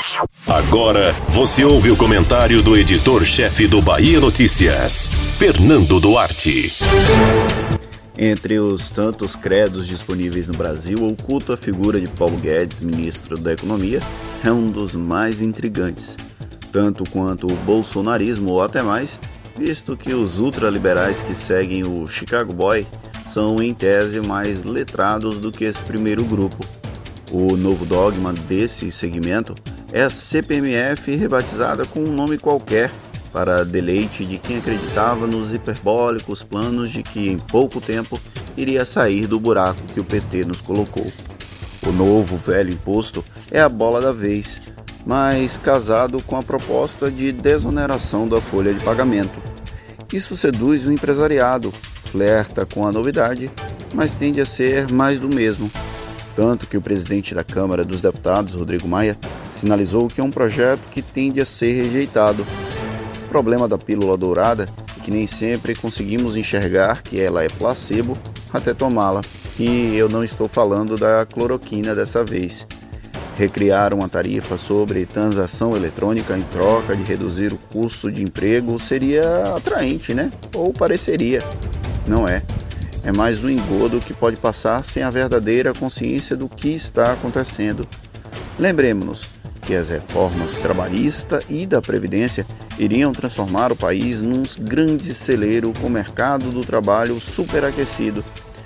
Agora você ouve o comentário do editor-chefe do Bahia Notícias, Fernando Duarte. Entre os tantos credos disponíveis no Brasil, o culto à figura de Paulo Guedes, ministro da Economia, é um dos mais intrigantes, tanto quanto o bolsonarismo ou até mais, visto que os ultraliberais que seguem o Chicago Boy são, em tese, mais letrados do que esse primeiro grupo. O novo dogma desse segmento é a CPMF rebatizada com um nome qualquer, para deleite de quem acreditava nos hiperbólicos planos de que em pouco tempo iria sair do buraco que o PT nos colocou. O novo velho imposto é a bola da vez, mas casado com a proposta de desoneração da folha de pagamento. Isso seduz o empresariado, flerta com a novidade, mas tende a ser mais do mesmo. Tanto que o presidente da Câmara dos Deputados, Rodrigo Maia, sinalizou que é um projeto que tende a ser rejeitado. O problema da pílula dourada é que nem sempre conseguimos enxergar que ela é placebo até tomá-la. E eu não estou falando da cloroquina dessa vez. Recriar uma tarifa sobre transação eletrônica em troca de reduzir o custo de emprego seria atraente, né? Ou pareceria. Não é. É mais um engodo que pode passar sem a verdadeira consciência do que está acontecendo. Lembremos-nos que as reformas trabalhista e da Previdência iriam transformar o país num grande celeiro com o mercado do trabalho superaquecido.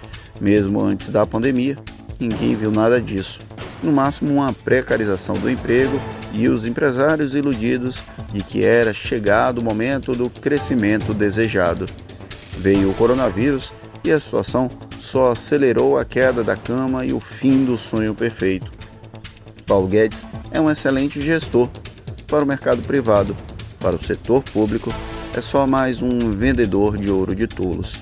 Mesmo antes da pandemia, ninguém viu nada disso. No máximo, uma precarização do emprego e os empresários iludidos de que era chegado o momento do crescimento desejado. Veio o coronavírus e a situação só acelerou a queda da cama e o fim do sonho perfeito. Paulo Guedes é um excelente gestor para o mercado privado. Para o setor público, é só mais um vendedor de ouro de tolos.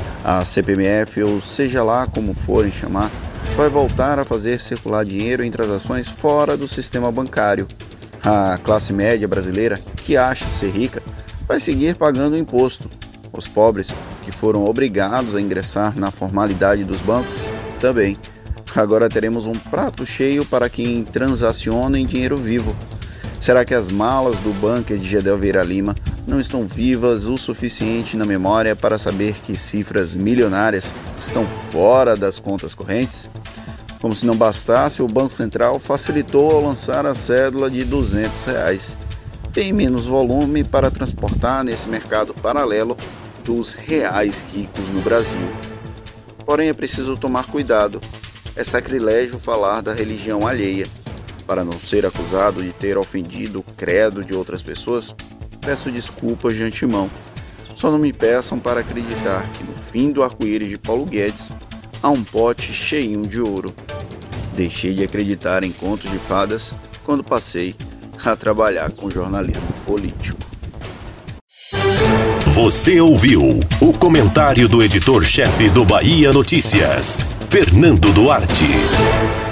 A CPMF, ou seja lá como forem chamar, vai voltar a fazer circular dinheiro em transações fora do sistema bancário. A classe média brasileira, que acha ser rica, vai seguir pagando imposto. Os pobres, que foram obrigados a ingressar na formalidade dos bancos, também. Agora teremos um prato cheio para quem transaciona em dinheiro vivo. Será que as malas do bunker de Gedel Vieira Lima não estão vivas o suficiente na memória para saber que cifras milionárias estão fora das contas correntes? Como se não bastasse, o Banco Central facilitou ao lançar a cédula de R$200. Tem menos volume para transportar nesse mercado paralelo dos reais ricos no Brasil. Porém, é preciso tomar cuidado. É sacrilégio falar da religião alheia. Para não ser acusado de ter ofendido o credo de outras pessoas, peço desculpas de antemão. Só não me peçam para acreditar que no fim do arco-íris de Paulo Guedes há um pote cheinho de ouro. Deixei de acreditar em contos de fadas quando passei a trabalhar com jornalismo político. Você ouviu o comentário do editor-chefe do Bahia Notícias, Fernando Duarte.